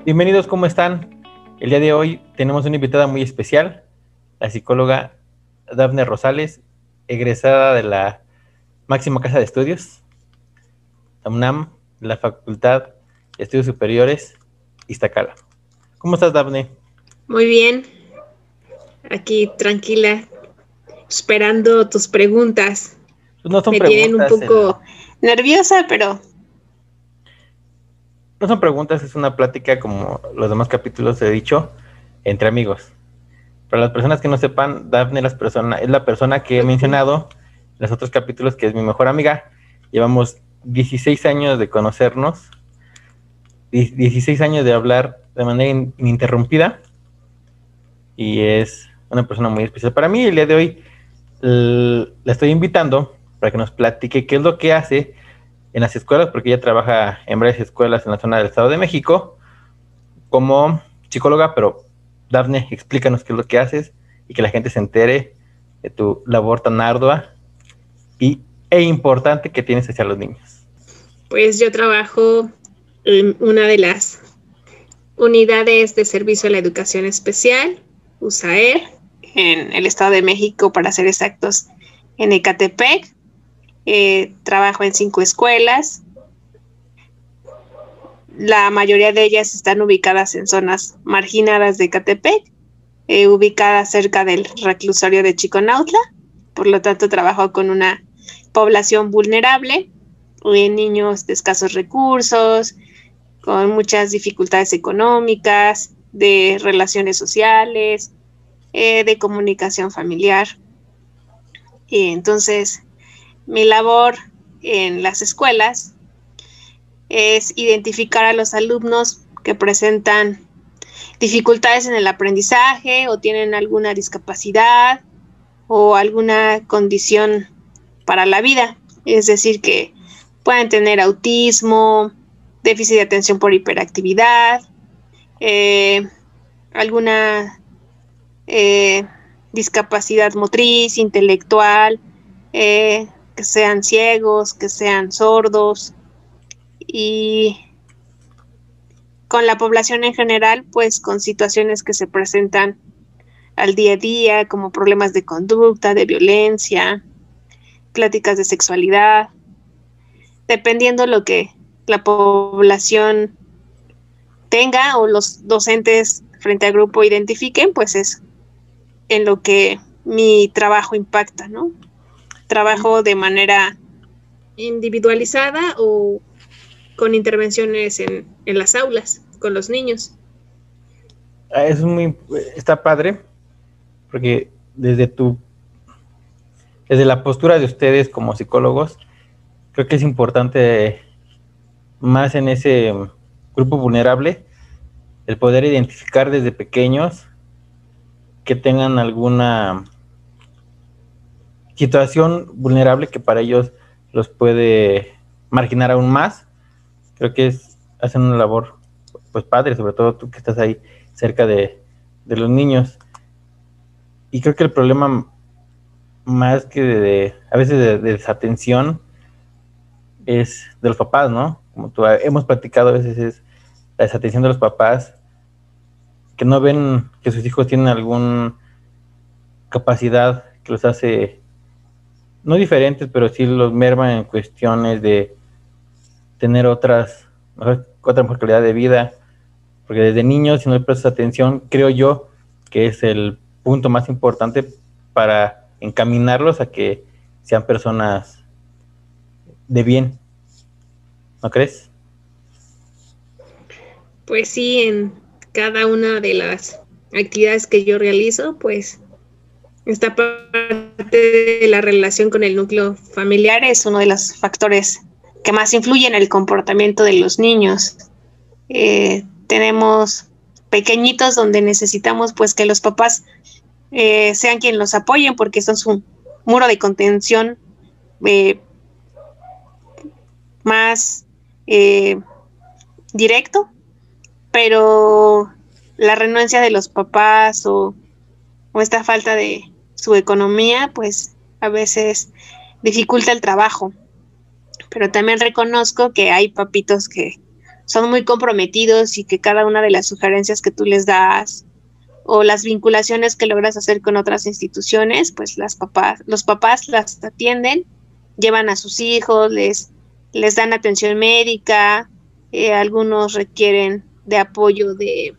Bienvenidos, ¿cómo están? El día de hoy tenemos una invitada muy especial, la psicóloga Dafne Rosales, egresada de la máxima casa de estudios, la UNAM, de la Facultad de Estudios Superiores, Iztacala. ¿Cómo estás, Dafne? Muy bien, aquí tranquila, esperando tus preguntas. Pues no son Me tienen un preguntas, poco nerviosa, pero no son preguntas, es una plática como los demás capítulos he dicho, entre amigos. Para las personas que no sepan, Dafne es la persona que he mencionado en los otros capítulos, que es mi mejor amiga. Llevamos 16 años de conocernos, 16 años de hablar de manera ininterrumpida, y es una persona muy especial para mí. El día de hoy la estoy invitando para que nos platique qué es lo que hace en las escuelas, porque ella trabaja en varias escuelas en la zona del Estado de México como psicóloga. Pero Dafne, explícanos qué es lo que haces y que la gente se entere de tu labor tan ardua e importante que tienes hacia los niños. pues yo trabajo en una de las unidades de servicio a la educación especial, USAER, en el Estado de México, para ser exactos, en Ecatepec. Trabajo en 5 escuelas. La mayoría de ellas están ubicadas en zonas marginadas de Ecatepec, ubicadas cerca del reclusorio de Chiconautla. Por lo tanto, trabajo con una población vulnerable, niños de escasos recursos, con muchas dificultades económicas, de relaciones sociales, de comunicación familiar. Y entonces, mi labor en las escuelas es identificar a los alumnos que presentan dificultades en el aprendizaje o tienen alguna discapacidad o alguna condición para la vida. Es decir, que pueden tener autismo, déficit de atención por hiperactividad, alguna discapacidad motriz, intelectual, que sean ciegos, que sean sordos, y con la población en general, pues con situaciones que se presentan al día a día, como problemas de conducta, de violencia, pláticas de sexualidad, dependiendo lo que la población tenga o los docentes frente al grupo identifiquen, pues es en lo que mi trabajo impacta, ¿no? Trabajo de manera individualizada o con intervenciones en las aulas con los niños. Está padre, porque desde la postura de ustedes como psicólogos, creo que es importante, más en ese grupo vulnerable, el poder identificar desde pequeños que tengan alguna situación vulnerable que para ellos los puede marginar aún más. Creo que hacen una labor pues padre, sobre todo tú que estás ahí cerca de los niños. Y creo que el problema, más que a veces de desatención, es de los papás, ¿no? Como tú hemos platicado, a veces es la desatención de los papás, que no ven que sus hijos tienen alguna capacidad que los hace no diferentes, pero sí los merma en cuestiones de tener otra mejor calidad de vida. Porque desde niños, si no le prestas atención, creo yo que es el punto más importante para encaminarlos a que sean personas de bien, ¿no crees? Pues sí, en cada una de las actividades que yo realizo, pues esta parte de la relación con el núcleo familiar es uno de los factores que más influyen en el comportamiento de los niños. Tenemos pequeñitos donde necesitamos pues que los papás sean quienes los apoyen, porque son su muro de contención más directo, pero la renuencia de los papás o esta falta de su economía, pues a veces dificulta el trabajo. Pero también reconozco que hay papitos que son muy comprometidos y que cada una de las sugerencias que tú les das o las vinculaciones que logras hacer con otras instituciones, pues los papás las atienden, llevan a sus hijos, les dan atención médica, algunos requieren de apoyo de,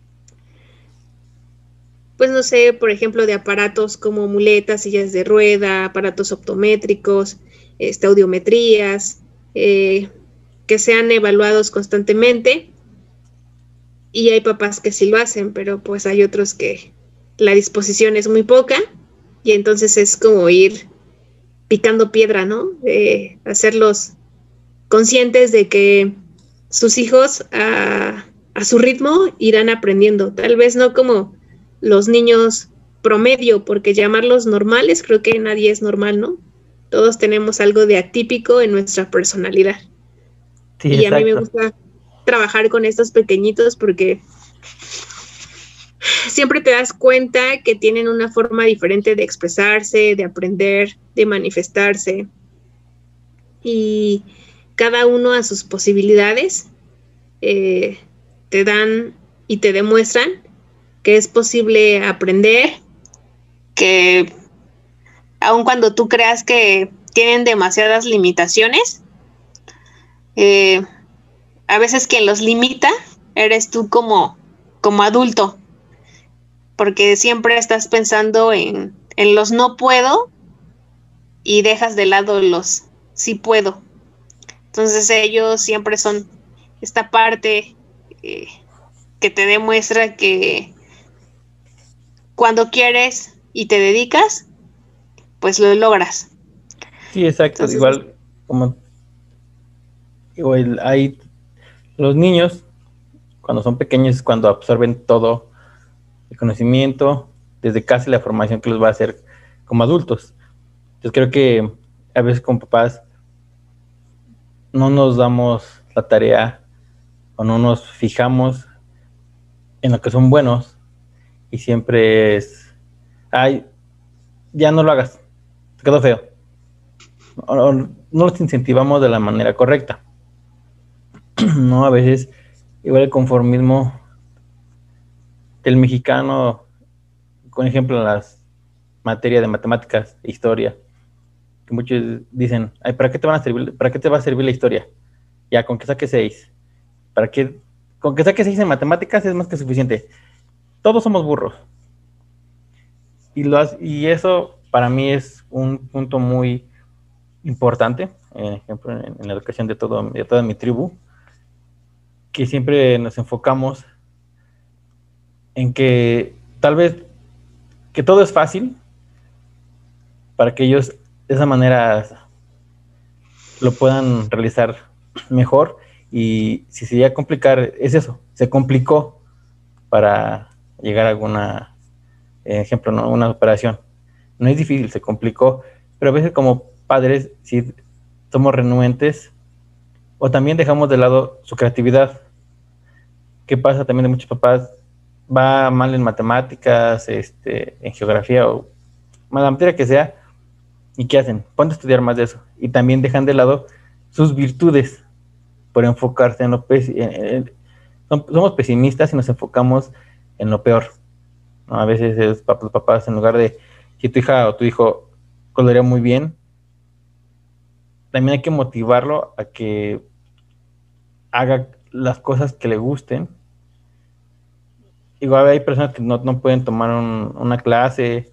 pues no sé, por ejemplo, de aparatos como muletas, sillas de rueda, aparatos optométricos, audiometrías, que sean evaluados constantemente. Y hay papás que sí lo hacen, pero pues hay otros que la disposición es muy poca y entonces es como ir picando piedra, ¿no? Hacerlos conscientes de que sus hijos a su ritmo irán aprendiendo, tal vez no como los niños promedio, porque llamarlos normales, creo que nadie es normal, ¿no? Todos tenemos algo de atípico en nuestra personalidad. Sí, y exacto. a mí me gusta trabajar con estos pequeñitos porque siempre te das cuenta que tienen una forma diferente de expresarse, de aprender, de manifestarse, y cada uno a sus posibilidades te dan y te demuestran que es posible aprender, que aun cuando tú creas que tienen demasiadas limitaciones, a veces quien los limita eres tú como adulto, porque siempre estás pensando en los no puedo y dejas de lado los sí puedo. Entonces ellos siempre son esta parte que te demuestra que cuando quieres y te dedicas, pues lo logras. Sí, exacto. Entonces, Igual hay los niños, cuando son pequeños, es cuando absorben todo el conocimiento desde casa y la formación que los va a hacer como adultos. Entonces creo que a veces con papás no nos damos la tarea o no nos fijamos en lo que son buenos y siempre es, ay, ya no lo hagas, te quedó feo. O no los incentivamos de la manera correcta. No, a veces igual el conformismo del mexicano, con ejemplo en las materias de matemáticas e historia, que muchos dicen, ay, ¿para qué te van a servir, para qué te va a servir la historia? Ya, con que saques 6. ¿Para qué? Con que saques 6 en matemáticas es más que suficiente. Todos somos burros. Y eso para mí es un punto muy importante, ejemplo, en la educación de toda mi tribu, que siempre nos enfocamos en que tal vez que todo es fácil para que ellos de esa manera lo puedan realizar mejor, y si se llega a complicar es eso, se complicó para llegar a alguna ejemplo, ¿no? Una operación. No es difícil, se complicó, pero a veces como padres sí somos renuentes o también dejamos de lado su creatividad. ¿Qué pasa también de muchos papás? Va mal en matemáticas, en geografía o la materia que sea, ¿y qué hacen? Ponte a estudiar más de eso. Y también dejan de lado sus virtudes por enfocarse en lo somos pesimistas y nos enfocamos en lo peor, ¿no? A veces los papás, en lugar de, si tu hija o tu hijo colorea muy bien, también hay que motivarlo a que haga las cosas que le gusten. Igual hay personas que no pueden tomar una clase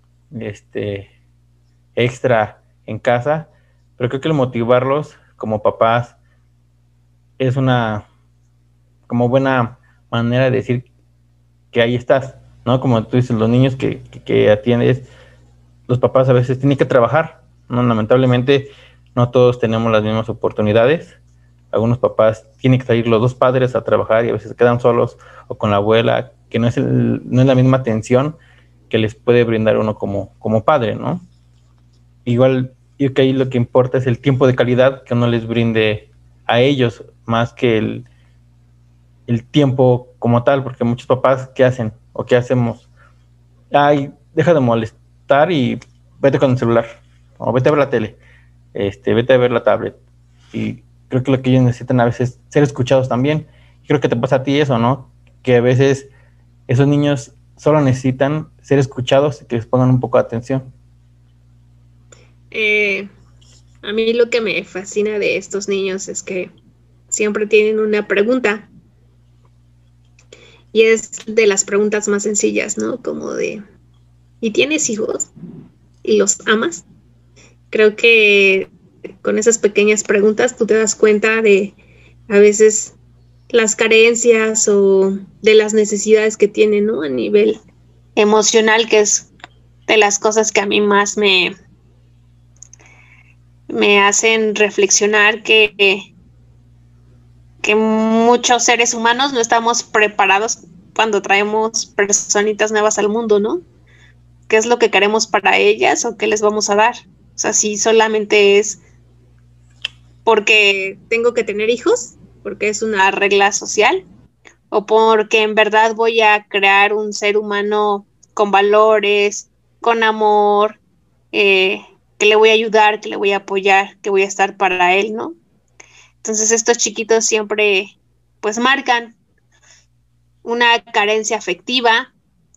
extra en casa, pero creo que el motivarlos como papás es una como buena manera de decir que ahí estás, ¿no? Como tú dices, los niños que atiendes, los papás a veces tienen que trabajar, ¿no? Lamentablemente no todos tenemos las mismas oportunidades. Algunos papás tienen que salir los dos padres a trabajar y a veces se quedan solos o con la abuela, que no es la misma atención que les puede brindar uno como padre, ¿no? Igual, yo creo que ahí lo que importa es el tiempo de calidad que uno les brinde a ellos, más que el tiempo como tal, porque muchos papás, ¿qué hacen? ¿O qué hacemos? Ay, deja de molestar y vete con el celular, o vete a ver la tele, vete a ver la tablet. Y creo que lo que ellos necesitan a veces es ser escuchados también. Creo que te pasa a ti eso, ¿no? Que a veces esos niños solo necesitan ser escuchados y que les pongan un poco de atención. A mí lo que me fascina de estos niños es que siempre tienen una pregunta y es de las preguntas más sencillas, ¿no? Como de, ¿y tienes hijos? ¿Y los amas? Creo que con esas pequeñas preguntas tú te das cuenta de a veces las carencias o de las necesidades que tienen, ¿no? A nivel emocional, que es de las cosas que a mí más me hacen reflexionar que muchos seres humanos no estamos preparados cuando traemos personitas nuevas al mundo, ¿no? ¿Qué es lo que queremos para ellas o qué les vamos a dar? O sea, si solamente es porque tengo que tener hijos, porque es una regla social, o porque en verdad voy a crear un ser humano con valores, con amor, que le voy a ayudar, que le voy a apoyar, que voy a estar para él, ¿no? Entonces estos chiquitos siempre pues marcan una carencia afectiva,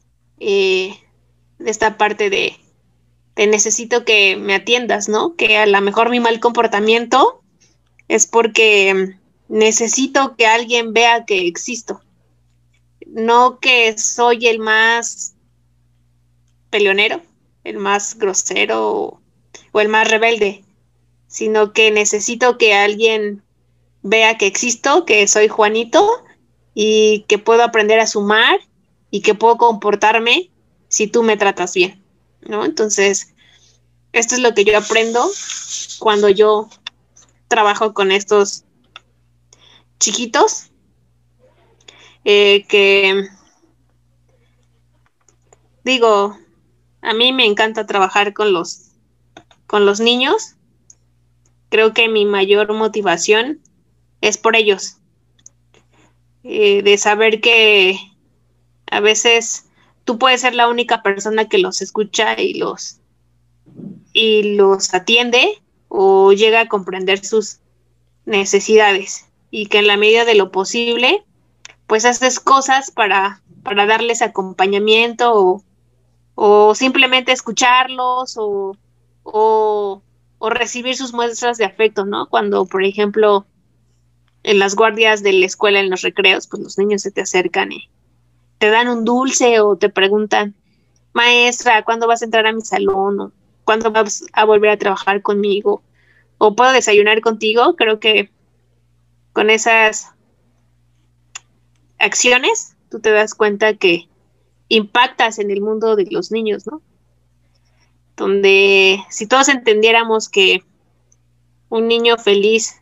de esta parte de necesito que me atiendas, ¿no? Que a lo mejor mi mal comportamiento es porque necesito que alguien vea que existo, no que soy el más peleonero, el más grosero o el más rebelde, sino que necesito que alguien vea que existo, que soy Juanito y que puedo aprender a sumar y que puedo comportarme si tú me tratas bien, ¿no? Entonces, esto es lo que yo aprendo cuando yo trabajo con estos chiquitos, que digo, a mí me encanta trabajar con los niños. Creo que mi mayor motivación es por ellos, de saber que a veces tú puedes ser la única persona que los escucha y los atiende o llega a comprender sus necesidades y que en la medida de lo posible pues haces cosas para darles acompañamiento o simplemente escucharlos o, o recibir sus muestras de afecto, ¿no? Cuando, por ejemplo, en las guardias de la escuela, en los recreos, pues los niños se te acercan y te dan un dulce o te preguntan, maestra, ¿cuándo vas a entrar a mi salón? ¿O cuándo vas a volver a trabajar conmigo? ¿O puedo desayunar contigo? Creo que con esas acciones tú te das cuenta que impactas en el mundo de los niños, ¿no? Donde si todos entendiéramos que un niño feliz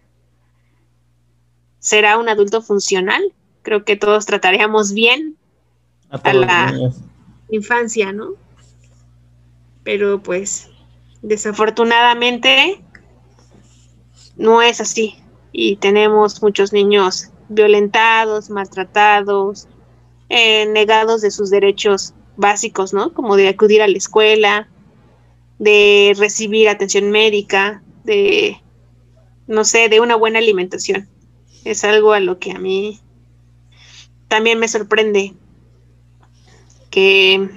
será un adulto funcional, creo que todos trataríamos bien A a todos los la niños. infancia, ¿no? Pero pues desafortunadamente no es así y tenemos muchos niños violentados, maltratados, negados de sus derechos básicos, ¿no? Como de acudir a la escuela, de recibir atención médica, de, no sé, de una buena alimentación. Es algo a lo que a mí también me sorprende que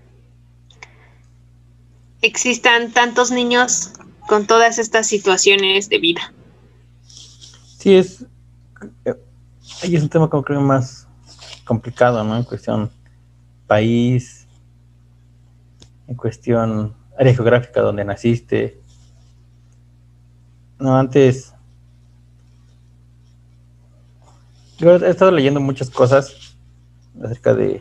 existan tantos niños con todas estas situaciones de vida. Sí, eh, ahí es un tema como creo más complicado, ¿no? En cuestión país, en cuestión área geográfica donde naciste. No, antes, yo he estado leyendo muchas cosas acerca de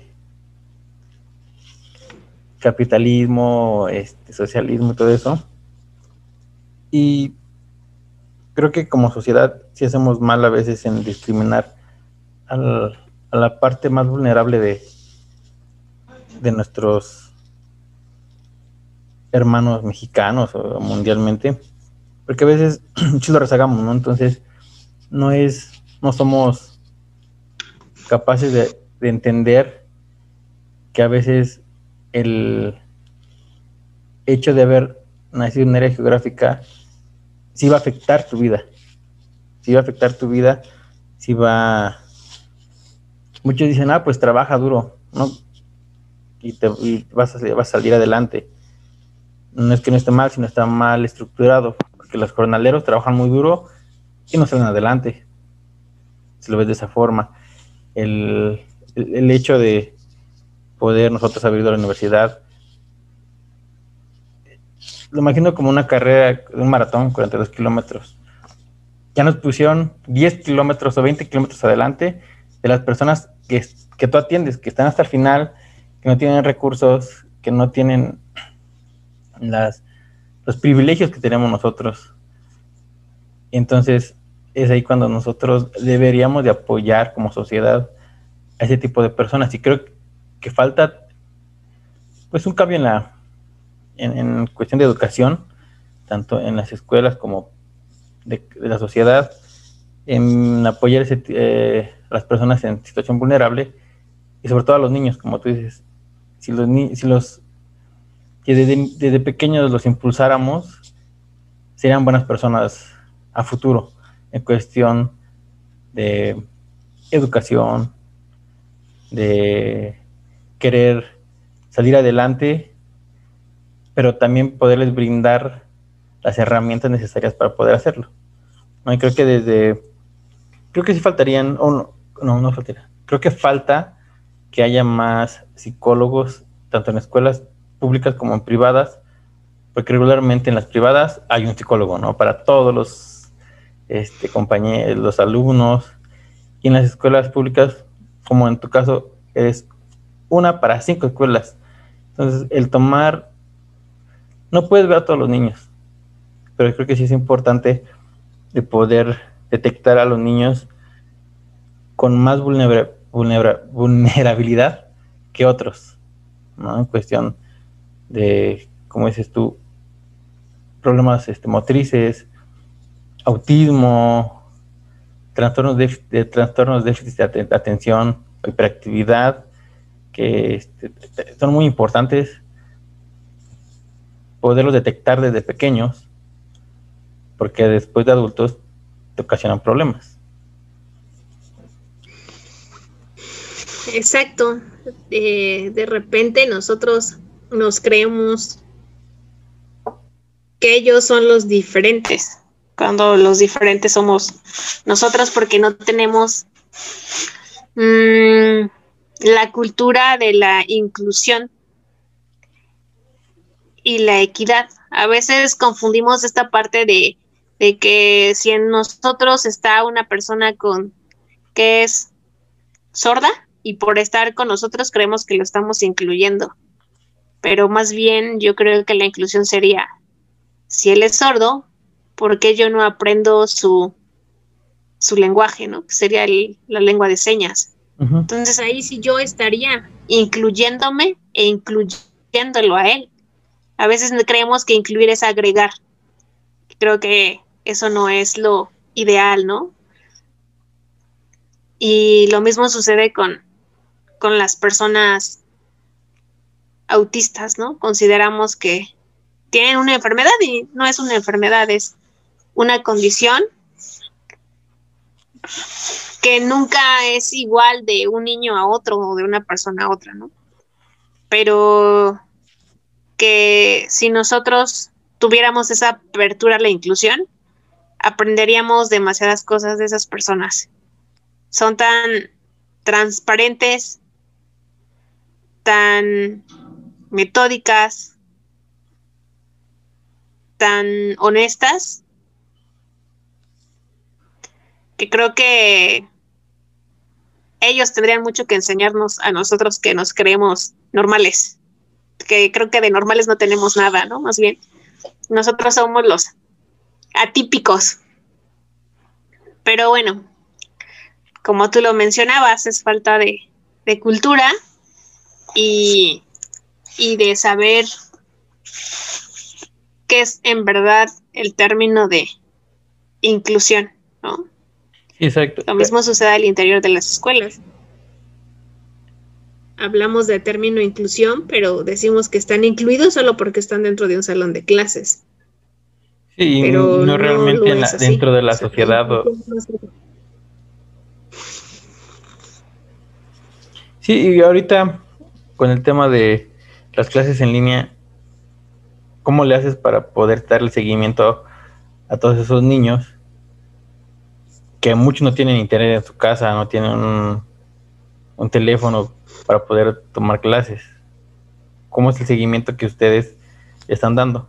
capitalismo, socialismo y todo eso. Y creo que como sociedad sí hacemos mal a veces en discriminar a la parte más vulnerable de nuestros hermanos mexicanos o mundialmente, porque a veces sí lo rezagamos, ¿no? Entonces no somos capaces de entender que a veces el hecho de haber nacido en una área geográfica sí va a afectar tu vida. sí va a afectar tu vida, sí va... Muchos dicen, pues trabaja duro, ¿no? Y vas a salir adelante. No es que no esté mal, sino está mal estructurado, porque los jornaleros trabajan muy duro y no salen adelante, si lo ves de esa forma. El hecho de poder nosotros haber ido a la universidad, lo imagino como una carrera, un maratón, 42 kilómetros. Ya nos pusieron 10 kilómetros o 20 kilómetros adelante de las personas que tú atiendes, que están hasta el final, que no tienen recursos, que no tienen los privilegios que tenemos nosotros. Entonces es ahí cuando nosotros deberíamos de apoyar como sociedad a ese tipo de personas. Y creo que falta pues un cambio en cuestión de educación, tanto en las escuelas como de la sociedad, en apoyar a las personas en situación vulnerable y sobre todo a los niños, como tú dices. Que desde pequeños los impulsáramos, serían buenas personas a futuro en cuestión de educación, de querer salir adelante, pero también poderles brindar las herramientas necesarias para poder hacerlo, ¿no? Y creo que sí faltarían, o no faltaría, creo que falta que haya más psicólogos, tanto en escuelas públicas como en privadas, porque regularmente en las privadas hay un psicólogo, ¿no? Para todos los compañeros, los alumnos, y en las escuelas públicas, como en tu caso, es una para 5 escuelas. Entonces, no puedes ver a todos los niños, pero creo que sí es importante de poder detectar a los niños con más vulnerabilidad que otros, ¿no? En cuestión de, como dices tú, problemas motrices, autismo, trastornos de déficit de atención, hiperactividad, que son muy importantes poderlos detectar desde pequeños, porque después de adultos te ocasionan problemas. Exacto. De repente nosotros nos creemos que ellos son los diferentes, cuando los diferentes somos nosotros, porque no tenemos la cultura de la inclusión y la equidad. A veces confundimos esta parte de que si en nosotros está una persona que es sorda y por estar con nosotros creemos que lo estamos incluyendo. Pero más bien yo creo que la inclusión sería, si él es sordo, ¿por qué yo no aprendo su lenguaje, ¿no? Que sería la lengua de señas. Uh-huh. Entonces ahí sí yo estaría incluyéndome e incluyéndolo a él. A veces creemos que incluir es agregar. Creo que eso no es lo ideal, ¿no? Y lo mismo sucede con las personas autistas, ¿no? Consideramos que tienen una enfermedad y no es una enfermedad, es una condición que nunca es igual de un niño a otro o de una persona a otra, ¿no? Pero que si nosotros tuviéramos esa apertura a la inclusión, aprenderíamos demasiadas cosas de esas personas. Son tan transparentes, tan metódicas, tan honestas, que creo que ellos tendrían mucho que enseñarnos a nosotros que nos creemos normales, que creo que de normales no tenemos nada, ¿no? Más bien, nosotros somos los atípicos. Pero bueno, como tú lo mencionabas, es falta de cultura y de saber qué es en verdad el término de inclusión, ¿no? Exacto. Lo mismo sucede al interior de las escuelas. Hablamos de término inclusión, pero decimos que están incluidos solo porque están dentro de un salón de clases. Sí, y pero no no realmente lo es así. dentro de O la sea, sociedad. Sí, y ahorita con el tema de las clases en línea, ¿cómo le haces para poder darle seguimiento a todos esos niños que muchos no tienen internet en su casa, no tienen un teléfono para poder tomar clases? ¿Cómo es el seguimiento que ustedes están dando?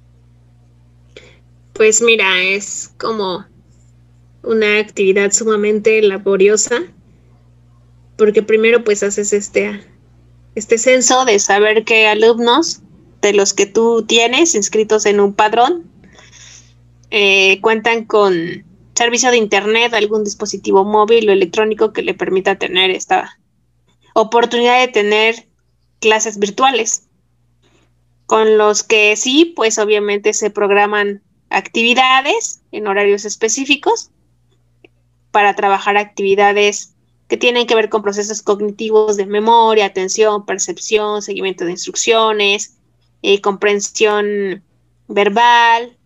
Pues mira, es como una actividad sumamente laboriosa, porque primero pues haces este censo de saber qué alumnos de los que tú tienes inscritos en un padrón cuentan con servicio de internet, algún dispositivo móvil o electrónico que le permita tener esta oportunidad de tener clases virtuales, con los que sí, pues obviamente se programan actividades en horarios específicos para trabajar actividades que tienen que ver con procesos cognitivos de memoria, atención, percepción, seguimiento de instrucciones, comprensión verbal,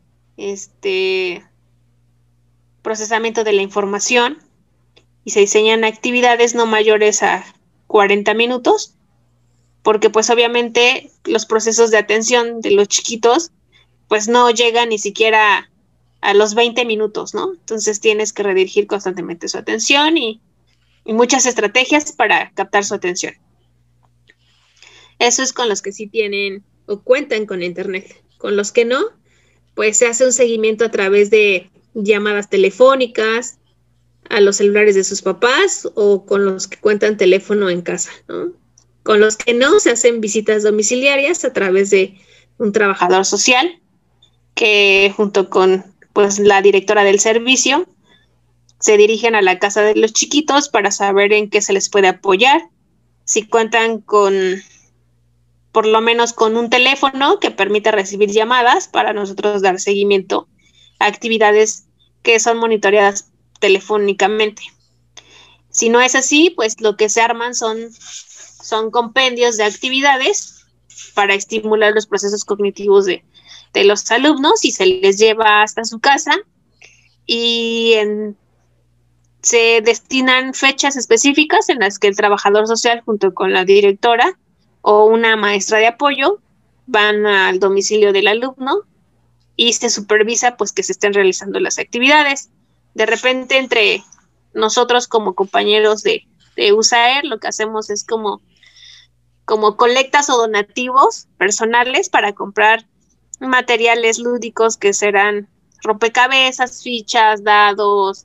procesamiento de la información, y se diseñan actividades no mayores a 40 minutos, porque pues obviamente los procesos de atención de los chiquitos pues no llegan ni siquiera a los 20 minutos, ¿no? Entonces tienes que redirigir constantemente su atención y muchas estrategias para captar su atención. Eso es con los que sí tienen o cuentan con internet. Con los que no, pues se hace un seguimiento a través de llamadas telefónicas a los celulares de sus papás o con los que cuentan teléfono en casa, ¿no? Con los que no, se hacen visitas domiciliarias a través de un trabajador social que junto con pues la directora del servicio se dirigen a la casa de los chiquitos para saber en qué se les puede apoyar, si cuentan con por lo menos con un teléfono que permita recibir llamadas para nosotros dar seguimiento a actividades que son monitoreadas telefónicamente. Si no es así, pues lo que se arman son compendios de actividades para estimular los procesos cognitivos de los alumnos y se les lleva hasta su casa y se destinan fechas específicas en las que el trabajador social junto con la directora o una maestra de apoyo van al domicilio del alumno y se supervisa pues que se estén realizando las actividades. De repente entre nosotros como compañeros de USAER lo que hacemos es como colectas o donativos personales para comprar materiales lúdicos que serán rompecabezas, fichas, dados,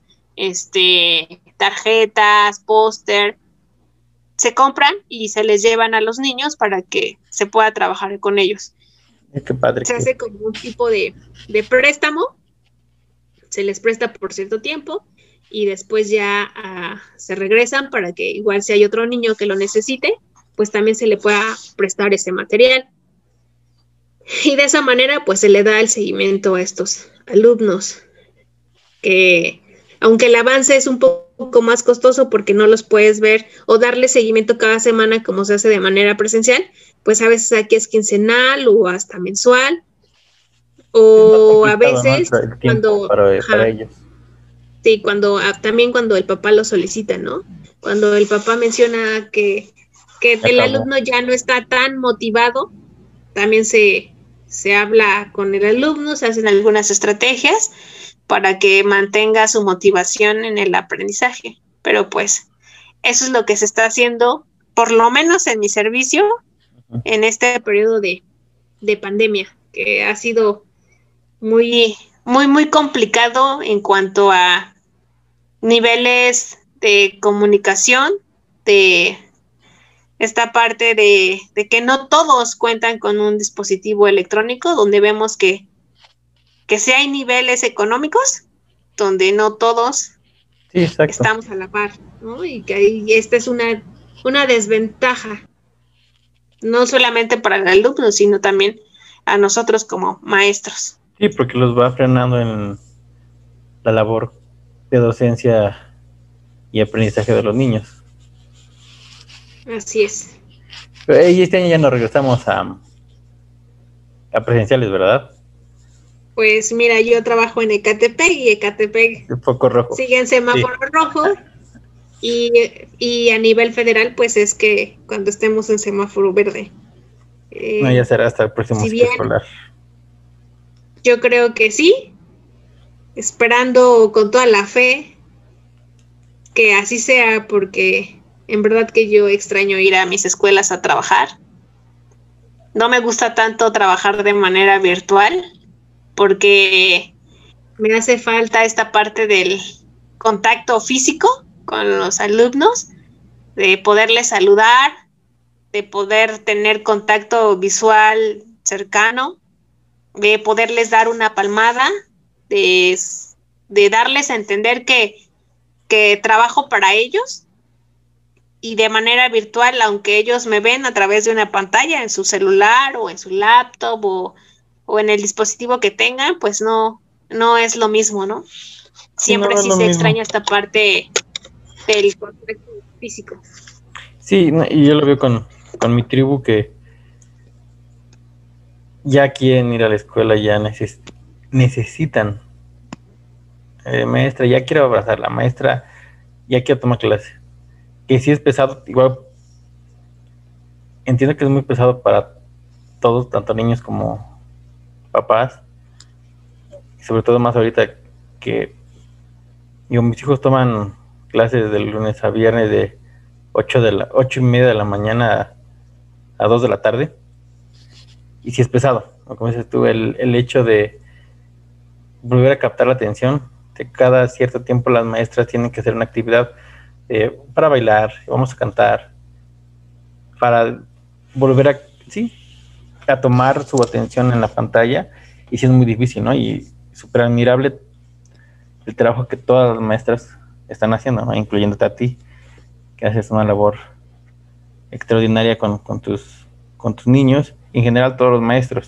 tarjetas, póster. Se compran y se les llevan a los niños para que se pueda trabajar con ellos. Qué padre. Se hace como un tipo de préstamo, se les presta por cierto tiempo y después ya se regresan para que igual si hay otro niño que lo necesite, pues también se le pueda prestar ese material. Y de esa manera pues se le da el seguimiento a estos alumnos que aunque el avance es un poco más costoso porque no los puedes ver o darle seguimiento cada semana como se hace de manera presencial, pues a veces aquí es quincenal o hasta mensual o a veces ¿No? El tiempo cuando para ellos. sí, también cuando el papá lo solicita, ¿no? Cuando el papá menciona que el alumno ya no está tan motivado, también se habla con el alumno, se hacen algunas estrategias para que mantenga su motivación en el aprendizaje. Pero pues eso es lo que se está haciendo, por lo menos en mi servicio, en este periodo de pandemia, que ha sido muy, muy, muy complicado en cuanto a niveles de comunicación, de esta parte de que no todos cuentan con un dispositivo electrónico, donde vemos que sí hay niveles económicos, donde no todos Sí, estamos a la par, ¿no? Y que ahí esta es una desventaja, no solamente para el alumno, sino también a nosotros como maestros. Sí, porque los va frenando en la labor de docencia y aprendizaje de los niños. Así es. Pero este año ya nos regresamos a presenciales, ¿verdad? Pues mira, yo trabajo en Ecatepec y Ecatepec El foco rojo. sigue en semáforo rojo y a nivel federal pues es que cuando estemos en semáforo verde. No, ya será hasta el próximo Si ciclo bien escolar. yo creo que sí, esperando con toda la fe que así sea, porque en verdad que yo extraño ir a mis escuelas a trabajar. No me gusta tanto trabajar de manera virtual porque me hace falta esta parte del contacto físico con los alumnos, de poderles saludar, de poder tener contacto visual cercano, de poderles dar una palmada, de, de darles a entender que trabajo para ellos y de manera virtual, aunque ellos me ven a través de una pantalla en su celular o en su laptop o en el dispositivo que tengan, pues no es lo mismo, ¿no? Sí, no, Siempre no es sí lo se mismo. extraña esta parte del contacto físico. Sí, no, y yo lo veo con mi tribu que ya quieren ir a la escuela, ya necesitan. Maestra, ya quiero abrazar la maestra, ya quiero tomar clase. Que sí es pesado, igual entiendo que es muy pesado para todos, tanto niños como papás, y sobre todo más ahorita que mis hijos toman clases de lunes a viernes de 8:30 de la mañana a 2 de la tarde, y sí es pesado, ¿no? Como dices tú, el hecho de volver a captar la atención, de cada cierto tiempo las maestras tienen que hacer una actividad para bailar, vamos a cantar, para volver a tomar su atención en la pantalla, y sí es muy difícil, ¿no? Y súper admirable el trabajo que todas las maestras están haciendo, ¿no? Incluyéndote a ti, que haces una labor extraordinaria con tus niños, y en general todos los maestros.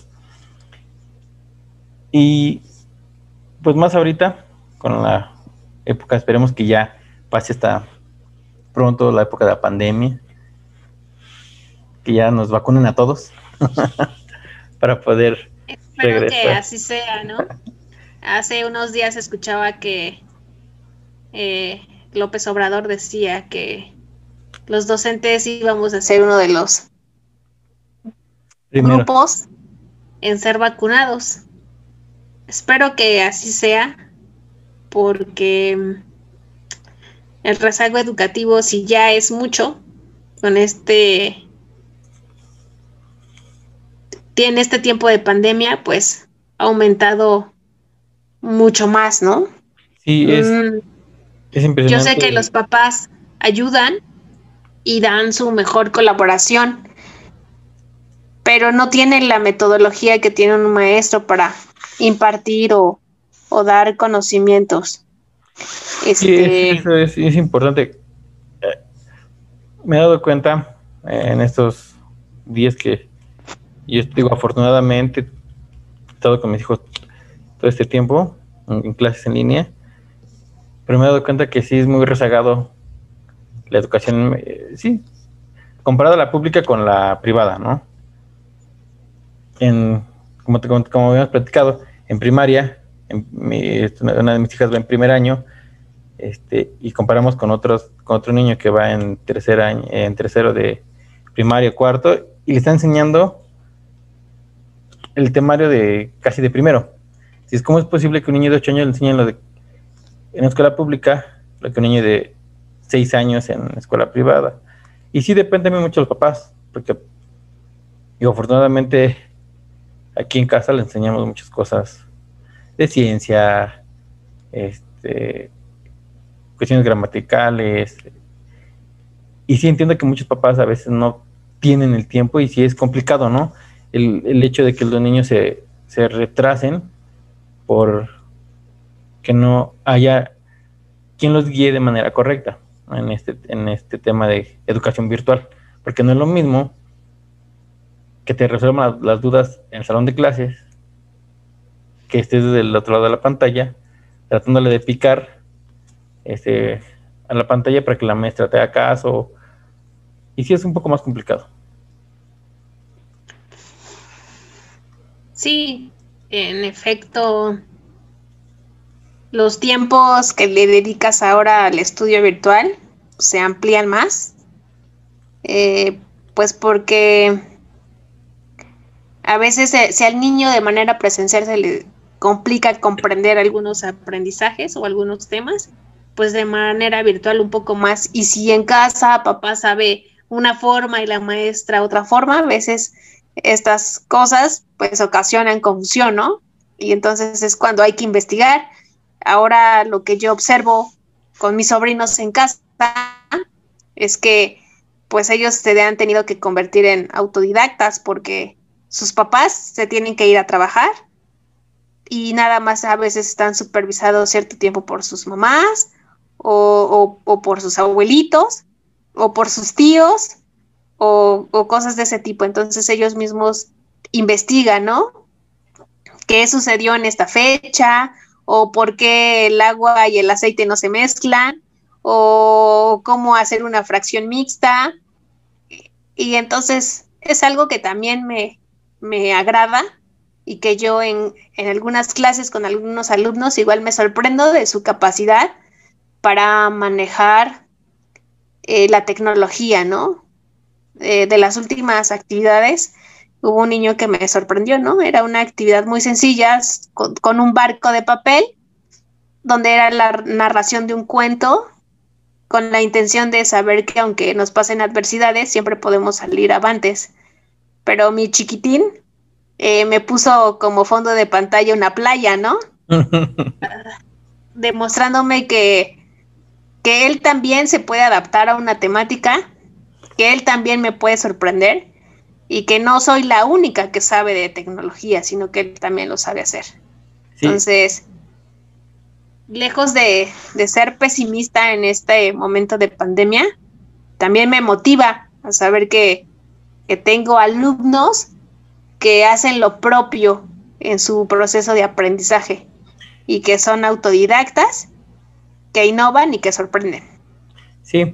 Y pues más ahorita, con la época, esperemos que ya pase hasta pronto la época de la pandemia, que ya nos vacunen a todos para poder Espero que regresar. así sea, ¿no? Hace unos días escuchaba que López Obrador decía que los docentes íbamos a ser uno de los Primero, grupos en ser vacunados. Espero que así sea, porque el rezago educativo, si ya es mucho, con tiene este tiempo de pandemia, pues ha aumentado mucho más, ¿no? sí, Mm, es yo sé que los impresionante. papás ayudan y dan su mejor colaboración, pero no tienen la metodología que tiene un maestro para impartir o dar conocimientos. Sí, Este, eso es importante. Eh, Me he dado cuenta en estos días que yo digo, afortunadamente, he estado con mis hijos todo este tiempo en clases en línea, pero me he dado cuenta que sí es muy rezagado la educación, sí, comparada la pública con la privada, ¿no? Como habíamos platicado, en primaria, una de mis hijas va en primer año, y comparamos con otro niño que va en tercer año, en tercero de primaria, cuarto, y le está enseñando el temario de casi de primero. Si es cómo es posible que un niño de 8 años le enseñe en escuela pública lo que un niño de 6 años en escuela privada. Y sí depende mucho de los papás, porque yo afortunadamente aquí en casa le enseñamos muchas cosas de ciencia, este, cuestiones gramaticales. Y sí entiendo que muchos papás a veces no tienen el tiempo, y sí es complicado, ¿no? El hecho de que los niños se retrasen por que no haya quien los guíe de manera correcta, ¿no? En este tema de educación virtual, porque no es lo mismo que te resuelvan las dudas en el salón de clases, que estés del otro lado de la pantalla tratándole de picar este, a la pantalla para que la maestra te haga caso, y sí es un poco más complicado. sí, En efecto, los tiempos que le dedicas ahora al estudio virtual se amplían más, pues porque a veces si al niño de manera presencial se le complica comprender algunos aprendizajes o algunos temas, pues de manera virtual un poco más. Y si en casa papá sabe una forma y la maestra otra forma, a veces estas cosas pues ocasionan confusión, ¿no? Y entonces es cuando hay que investigar. Ahora lo que yo observo con mis sobrinos en casa es que pues ellos se han tenido que convertir en autodidactas porque sus papás se tienen que ir a trabajar y nada más a veces están supervisados cierto tiempo por sus mamás o por sus abuelitos o por sus tíos o cosas de ese tipo. Entonces ellos mismos investigan, ¿no? ¿Qué sucedió en esta fecha? ¿O por qué el agua y el aceite no se mezclan? ¿O cómo hacer una fracción mixta? Y entonces es algo que también me agrada y que yo en algunas clases con algunos alumnos igual me sorprendo de su capacidad para manejar la tecnología, ¿no? De las últimas actividades hubo un niño que me sorprendió, ¿no? Era una actividad muy sencilla con un barco de papel donde era la narración de un cuento con la intención de saber que aunque nos pasen adversidades, siempre podemos salir avantes. Pero mi chiquitín me puso como fondo de pantalla una playa, ¿no? Demostrándome que él también se puede adaptar a una temática, que él también me puede sorprender y que no soy la única que sabe de tecnología, sino que él también lo sabe hacer. Sí. Entonces, lejos de ser pesimista en este momento de pandemia, también me motiva a saber que tengo alumnos que hacen lo propio en su proceso de aprendizaje y que son autodidactas, que innovan y que sorprenden. Sí,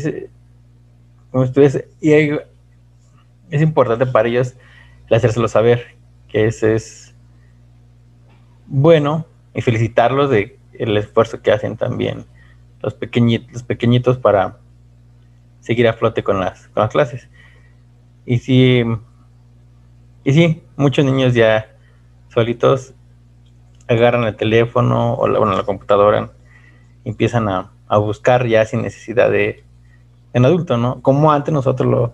como ustedes, y es importante para ellos el hacérselo saber, que eso es bueno, y felicitarlos de el esfuerzo que hacen también los pequeñitos para seguir a flote con las clases. Y sí, muchos niños ya solitos agarran el teléfono o la computadora, empiezan a buscar ya sin necesidad de un adulto, ¿no? Como antes nosotros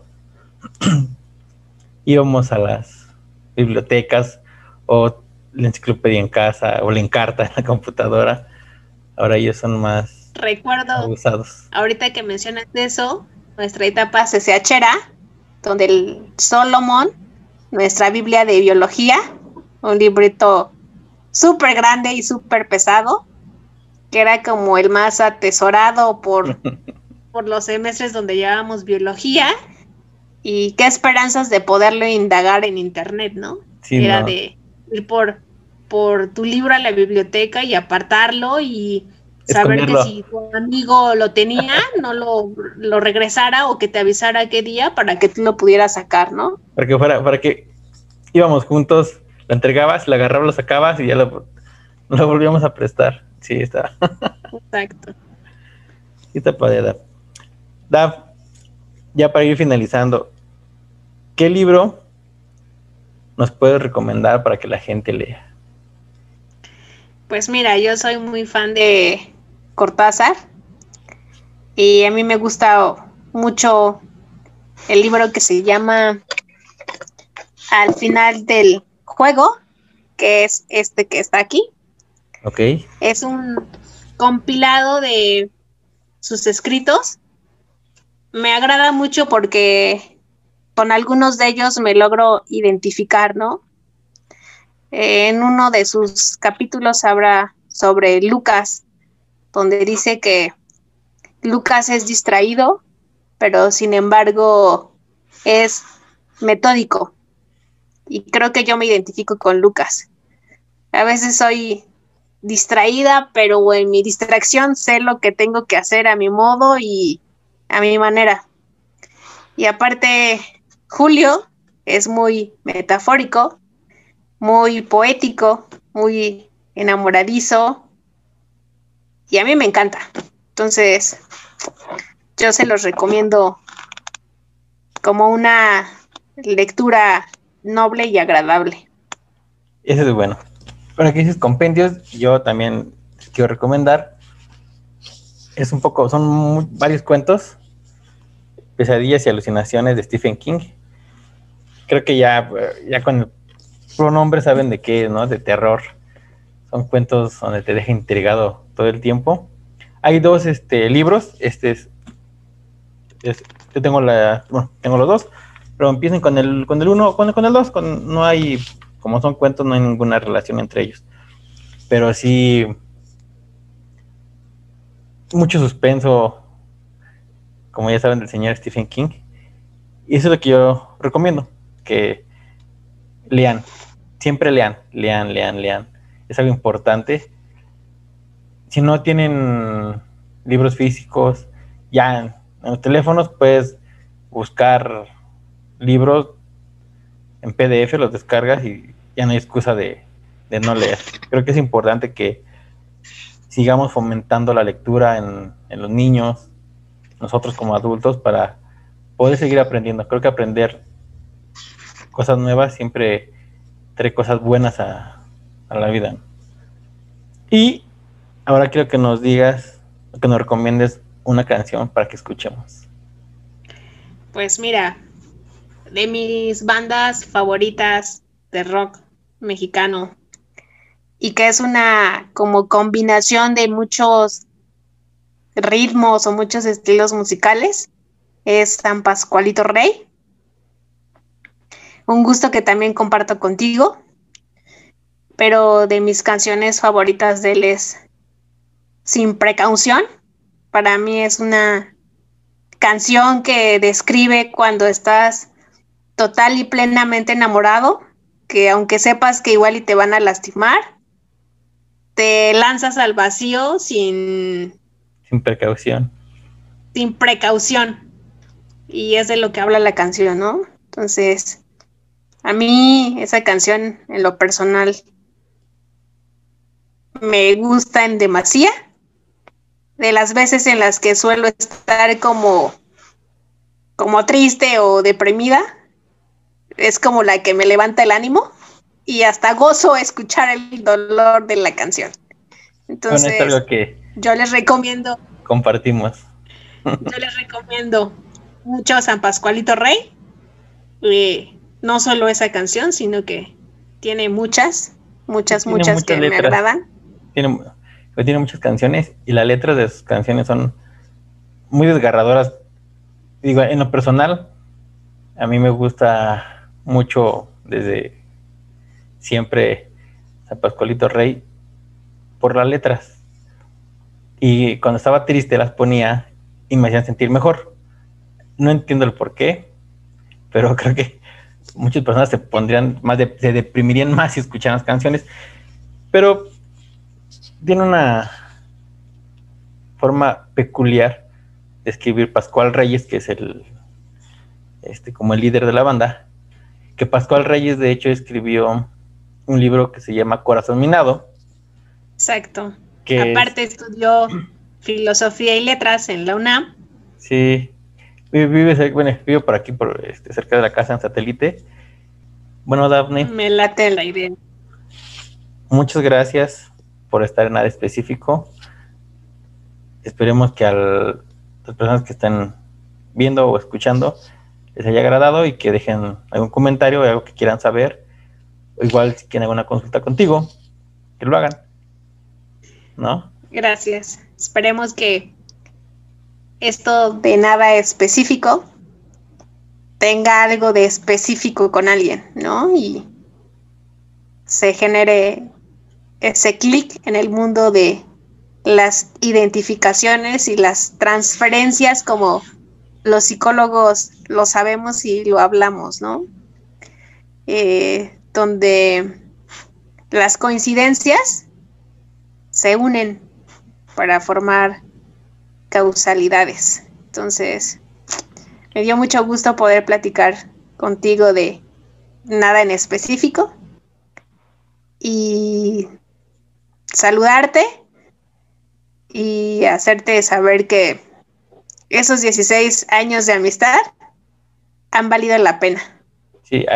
íbamos a las bibliotecas o la enciclopedia en casa o la encarta en la computadora. Ahora ellos son más abusados. Ahorita que mencionas eso, nuestra etapa CCHera, donde el Solomon, nuestra Biblia de biología, un librito súper grande y súper pesado, que era como el más atesorado por los semestres donde llevábamos biología, y qué esperanzas de poderlo indagar en internet, ¿no? Sí, era de ir por tu libro a la biblioteca y apartarlo y saber que si tu amigo lo tenía, no lo regresara o que te avisara qué día para que tú lo pudieras sacar, ¿no? Para que íbamos juntos, lo entregabas, lo agarrabas, lo sacabas y ya lo volvíamos a prestar. Sí, está. Exacto. Sí, está padre. Daf, ya para ir finalizando, ¿qué libro nos puedes recomendar para que la gente lea? Pues mira, yo soy muy fan de Cortázar y a mí me gusta mucho el libro que se llama Al final del juego, que es este que está aquí. Ok. Es un compilado de sus escritos. Me agrada mucho porque con algunos de ellos me logro identificar, ¿no? En uno de sus capítulos habla sobre Lucas, donde dice que Lucas es distraído, pero sin embargo es metódico. Y creo que yo me identifico con Lucas. A veces soy distraída, pero en mi distracción sé lo que tengo que hacer a mi modo y a mi manera. Y aparte, Julio es muy metafórico, muy poético, muy enamoradizo, y a mí me encanta. Entonces, yo se los recomiendo como una lectura noble y agradable. Ese es bueno. Bueno, aquí dices compendios, yo también quiero recomendar. Es un poco, son varios cuentos, Pesadillas y alucinaciones de Stephen King. Creo que ya con el pronombre saben de qué, ¿no? De terror. Son cuentos donde te deja intrigado todo el tiempo. Hay dos libros. Yo tengo tengo los dos, pero empiecen con el uno, con el dos. No hay, como son cuentos, no hay ninguna relación entre ellos. Pero sí, mucho suspenso, como ya saben, del señor Stephen King. Y eso es lo que yo recomiendo, que lean, siempre lean. Es algo importante. Si no tienen libros físicos, ya en los teléfonos puedes buscar libros en PDF, los descargas y ya no hay excusa de no leer. Creo que es importante que sigamos fomentando la lectura en los niños, nosotros como adultos, para poder seguir aprendiendo. Creo que aprender cosas nuevas siempre trae cosas buenas a la vida. Y ahora quiero que nos digas, que nos recomiendes una canción para que escuchemos. Pues mira, de mis bandas favoritas de rock mexicano, y que es una como combinación de muchos ritmos o muchos estilos musicales, es San Pascualito Rey. Un gusto que también comparto contigo, pero de mis canciones favoritas de él es Sin Precaución. Para mí es una canción que describe cuando estás total y plenamente enamorado, que aunque sepas que igual y te van a lastimar, te lanzas al vacío sin precaución. Sin precaución. Y es de lo que habla la canción, ¿no? Entonces, a mí esa canción en lo personal me gusta en demasía. De las veces en las que suelo estar como triste o deprimida, es como la que me levanta el ánimo y hasta gozo escuchar el dolor de la canción. Entonces, bueno, es algo que yo les recomiendo. Compartimos. Yo les recomiendo mucho San Pascualito Rey. No solo esa canción, sino que tiene muchas que letras. Me agradan. Tiene muchas canciones y las letras de sus canciones son muy desgarradoras. Digo, en lo personal, a mí me gusta mucho desde siempre San Pascualito Rey por las letras. Y cuando estaba triste las ponía y me hacían sentir mejor. No entiendo el por qué, pero creo que muchas personas se pondrían más, se deprimirían más si escucharan las canciones. Pero tiene una forma peculiar de escribir Pascual Reyes, que es como el líder de la banda, que Pascual Reyes de hecho escribió un libro que se llama Corazón Minado. Exacto. Aparte estudió filosofía y letras en la UNAM. Sí. Vive por aquí, cerca de la casa en Satélite. Bueno, Dafne. Me late la idea. Muchas gracias por estar en Nada Específico. Esperemos que a las personas que estén viendo o escuchando les haya agradado y que dejen algún comentario o algo que quieran saber. O igual si quieren alguna consulta contigo, que lo hagan. ¿No? Gracias. Esperemos que esto de Nada Específico tenga algo de específico con alguien, ¿no? Y se genere ese clic en el mundo de las identificaciones y las transferencias, como los psicólogos lo sabemos y lo hablamos, ¿no? Donde las coincidencias se unen para formar causalidades. Entonces, me dio mucho gusto poder platicar contigo de Nada en Específico. y saludarte y hacerte saber que esos 16 años de amistad han valido la pena. Sí,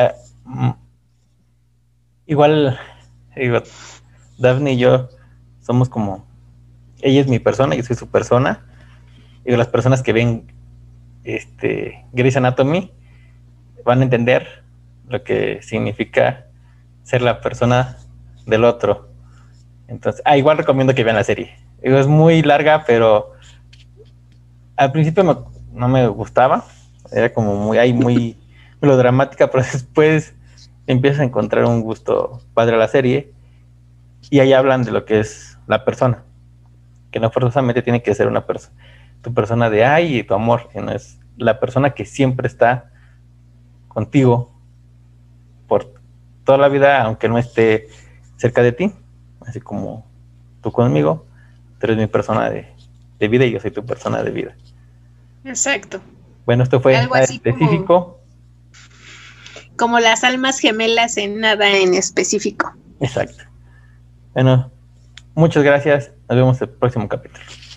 igual, digo, Daphne y yo somos como, ella es mi persona, yo soy su persona. Y las personas que ven Grey's Anatomy van a entender lo que significa ser la persona del otro. Entonces, igual recomiendo que vean la serie. Digo, es muy larga, pero al principio no me gustaba. Era como muy melodramática, pero después empiezas a encontrar un gusto padre a la serie. Y ahí hablan de lo que es la persona. Que no forzosamente tiene que ser una persona, tu persona de y tu amor, que no es la persona que siempre está contigo por toda la vida, aunque no esté cerca de ti, así como tú conmigo, tú eres mi persona de vida y yo soy tu persona de vida. Exacto. Bueno, esto fue algo nada así específico. Como las almas gemelas en nada en específico. Exacto. Bueno, muchas gracias. Nos vemos en el próximo capítulo.